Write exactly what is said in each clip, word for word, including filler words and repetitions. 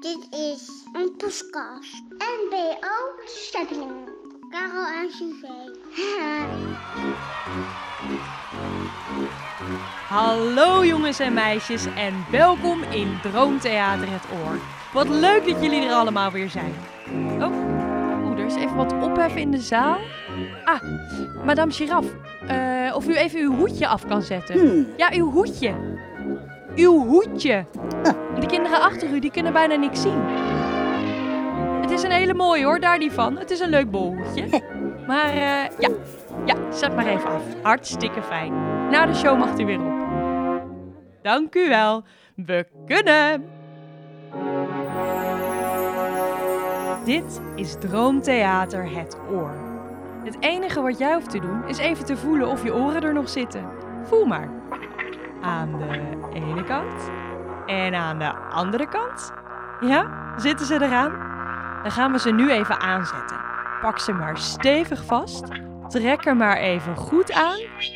Dit is een podcast. N B O Steppingen. Karel en Suzanne. Hallo jongens en meisjes en welkom in Droomtheater Het Oor. Wat leuk dat jullie er allemaal weer zijn. Oh, oeh, er is even wat ophef in de zaal. Ah, madame Giraffe, uh, of u even uw hoedje af kan zetten. Hmm. Ja, uw hoedje. Uw hoedje. De kinderen achter u, die kunnen bijna niks zien. Het is een hele mooie hoor, daar niet van. Het is een leuk bolhoedje. Maar uh, ja, ja, zet maar even af. Hartstikke fijn. Na de show mag u weer op. Dank u wel. We kunnen. Dit is Droomtheater Het Oor. Het enige wat jij hoeft te doen is even te voelen of je oren er nog zitten. Voel maar. Aan de ene kant en aan de andere kant. Ja, zitten ze eraan? Dan gaan we ze nu even aanzetten. Pak ze maar stevig vast. Trek er maar even goed aan.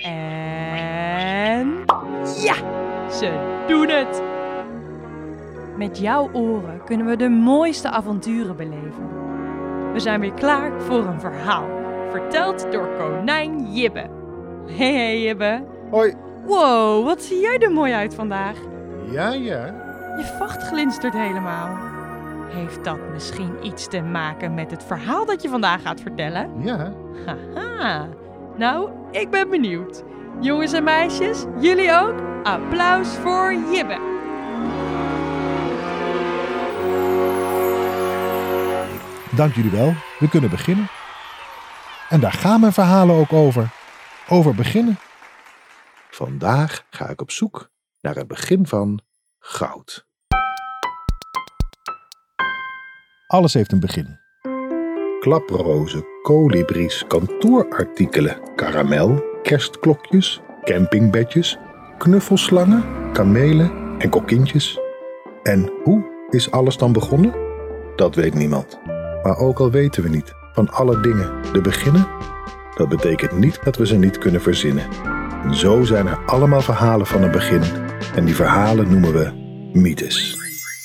En... ja, ze doen het! Met jouw oren kunnen we de mooiste avonturen beleven. We zijn weer klaar voor een verhaal. Verteld door konijn Jibbe. Hey, hey Jibbe. Hoi. Wow, wat zie jij er mooi uit vandaag. Ja, ja. Je vacht glinstert helemaal. Heeft dat misschien iets te maken met het verhaal dat je vandaag gaat vertellen? Ja. Haha. Nou, ik ben benieuwd. Jongens en meisjes, jullie ook? Applaus voor Jibbe. Dank jullie wel. We kunnen beginnen. En daar gaan mijn verhalen ook over. Over beginnen. Vandaag ga ik op zoek naar het begin van goud. Alles heeft een begin. Klaprozen, kolibries, kantoorartikelen, karamel, kerstklokjes, campingbedjes, knuffelslangen, kamelen en kokkientjes. En hoe is alles dan begonnen? Dat weet niemand. Maar ook al weten we niet van alle dingen de beginnen, dat betekent niet dat we ze niet kunnen verzinnen. En zo zijn er allemaal verhalen van een begin. En die verhalen noemen we mythes.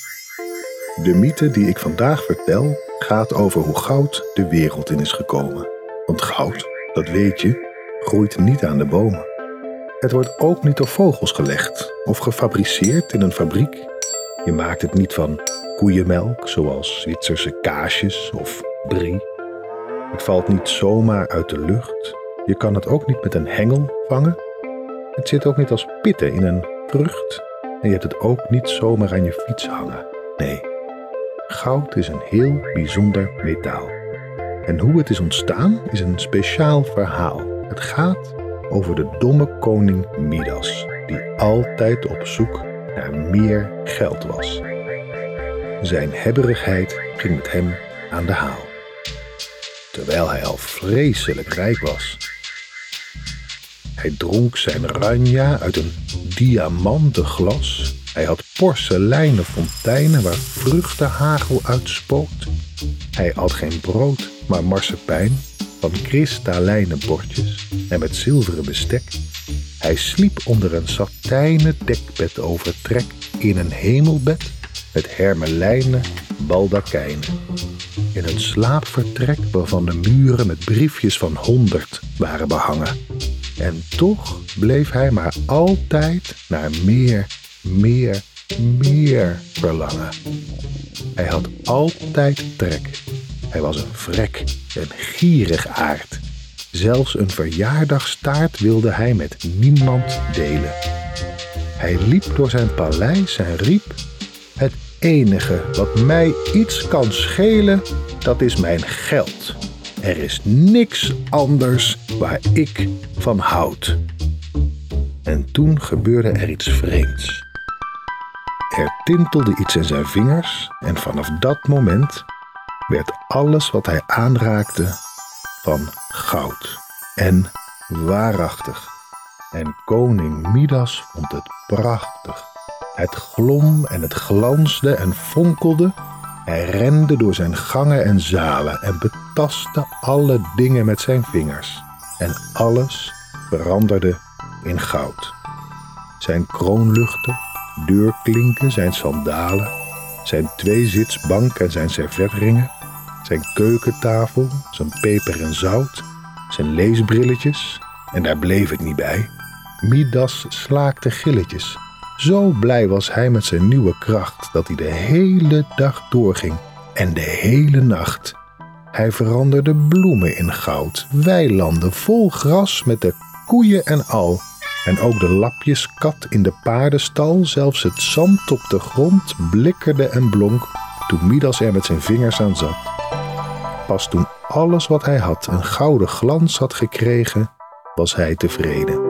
De mythe die ik vandaag vertel gaat over hoe goud de wereld in is gekomen. Want goud, dat weet je, groeit niet aan de bomen. Het wordt ook niet op vogels gelegd of gefabriceerd in een fabriek. Je maakt het niet van koeienmelk zoals Zwitserse kaasjes of brie. Het valt niet zomaar uit de lucht. Je kan het ook niet met een hengel vangen. Het zit ook niet als pitten in een vrucht. En je hebt het ook niet zomaar aan je fiets hangen. Nee, goud is een heel bijzonder metaal. En hoe het is ontstaan is een speciaal verhaal. Het gaat over de domme koning Midas, die altijd op zoek naar meer geld was. Zijn hebberigheid ging met hem aan de haal. Terwijl hij al vreselijk rijk was. Hij dronk zijn ranja uit een diamanten glas. Hij had porseleinen fonteinen waar vruchtenhagel uitspookt. Hij at geen brood, maar marsepein van kristallijne bordjes en met zilveren bestek. Hij sliep onder een satijnen dekbed overtrek in een hemelbed met hermelijnen baldakijnen. In een slaapvertrek waarvan de muren met briefjes van honderd waren behangen. En toch bleef hij maar altijd naar meer, meer, meer verlangen. Hij had altijd trek. Hij was een vrek, een gierig aard. Zelfs een verjaardagstaart wilde hij met niemand delen. Hij liep door zijn paleis en riep: het enige wat mij iets kan schelen, dat is mijn geld. Er is niks anders waar ik van houd. En toen gebeurde er iets vreemds. Er tintelde iets in zijn vingers en vanaf dat moment werd alles wat hij aanraakte van goud en waarachtig. En koning Midas vond het prachtig. Het glom en het glansde en fonkelde. Hij rende door zijn gangen en zalen en betastte alle dingen met zijn vingers. En alles veranderde in goud. Zijn kroonluchten, deurklinken, zijn sandalen, Zijn tweezitsbank en zijn servetringen, zijn keukentafel, zijn peper en zout, zijn leesbrilletjes, en daar bleef het niet bij. Midas slaakte gilletjes. Zo blij was hij met zijn nieuwe kracht dat hij de hele dag doorging en de hele nacht. Hij veranderde bloemen in goud, weilanden vol gras met de koeien en al. En ook de lapjeskat in de paardenstal, zelfs het zand op de grond blikkerde en blonk toen Midas er met zijn vingers aan zat. Pas toen alles wat hij had een gouden glans had gekregen, was hij tevreden.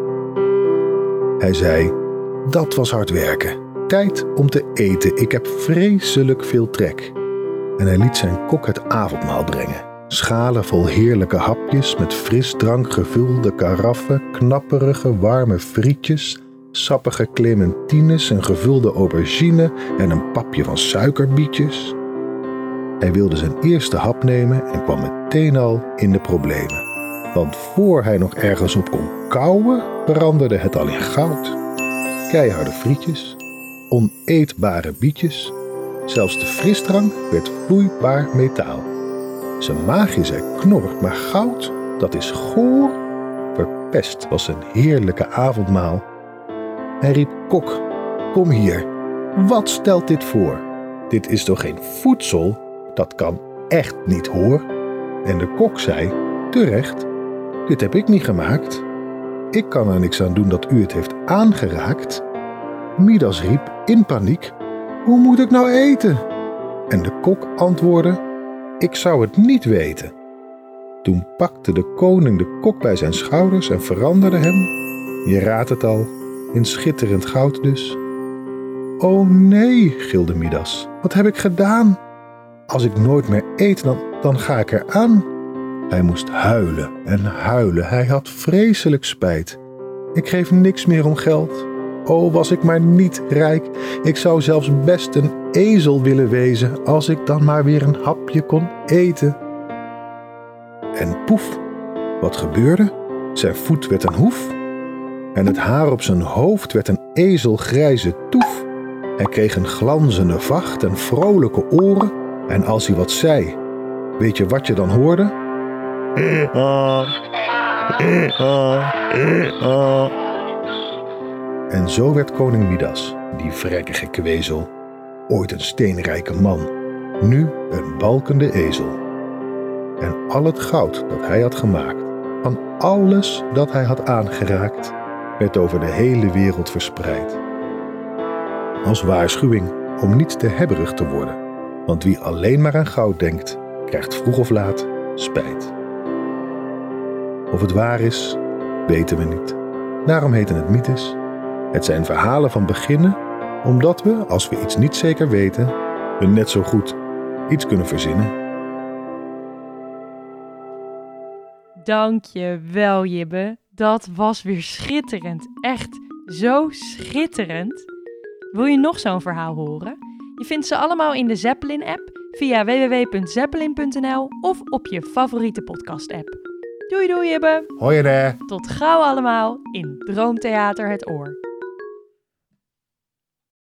Hij zei, dat was hard werken. Tijd om te eten, ik heb vreselijk veel trek. En hij liet zijn kok het avondmaal brengen. Schalen vol heerlijke hapjes met frisdrank gevulde karaffen, knapperige warme frietjes, sappige clementines, een gevulde aubergine en een papje van suikerbietjes. Hij wilde zijn eerste hap nemen en kwam meteen al in de problemen. Want voor hij nog ergens op kon kauwen, veranderde het al in goud. Keiharde frietjes, oneetbare bietjes, zelfs de frisdrank werd vloeibaar metaal. Zijn maagje zei knor, maar goud, dat is goor. Verpest was zijn heerlijke avondmaal. Hij riep, kok, kom hier, wat stelt dit voor? Dit is toch geen voedsel? Dat kan echt niet, hoor. En de kok zei, terecht, dit heb ik niet gemaakt. Ik kan er niks aan doen dat u het heeft aangeraakt. Midas riep in paniek, hoe moet ik nou eten? En de kok antwoordde, ik zou het niet weten. Toen pakte de koning de kok bij zijn schouders en veranderde hem, je raadt het al, in schitterend goud dus. O nee, gilde Midas, wat heb ik gedaan? Als ik nooit meer eet, dan, dan ga ik eraan. Hij moest huilen en huilen, hij had vreselijk spijt. Ik geef niks meer om geld. O, was ik maar niet rijk. Ik zou zelfs best een ezel willen wezen, als ik dan maar weer een hapje kon eten. En poef, wat gebeurde? Zijn voet werd een hoef. En het haar op zijn hoofd werd een ezelgrijze toef. Hij kreeg een glanzende vacht en vrolijke oren. En als hij wat zei, weet je wat je dan hoorde? En zo werd koning Midas, die vrekkige kwezel, ooit een steenrijke man, nu een balkende ezel. En al het goud dat hij had gemaakt, van alles dat hij had aangeraakt, werd over de hele wereld verspreid. Als waarschuwing om niet te hebberig te worden, want wie alleen maar aan goud denkt, krijgt vroeg of laat spijt. Of het waar is, weten we niet. Daarom heten het mythes. Het zijn verhalen van beginnen, omdat we, als we iets niet zeker weten, we net zo goed iets kunnen verzinnen. Dank je wel, Jibbe. Dat was weer schitterend. Echt zo schitterend. Wil je nog zo'n verhaal horen? Je vindt ze allemaal in de Zeppelin-app via w w w punt zeppelin punt n l of op je favoriete podcast-app. Doei doei, Jibbe. Hoi daar. Tot gauw allemaal in Droomtheater het Oor.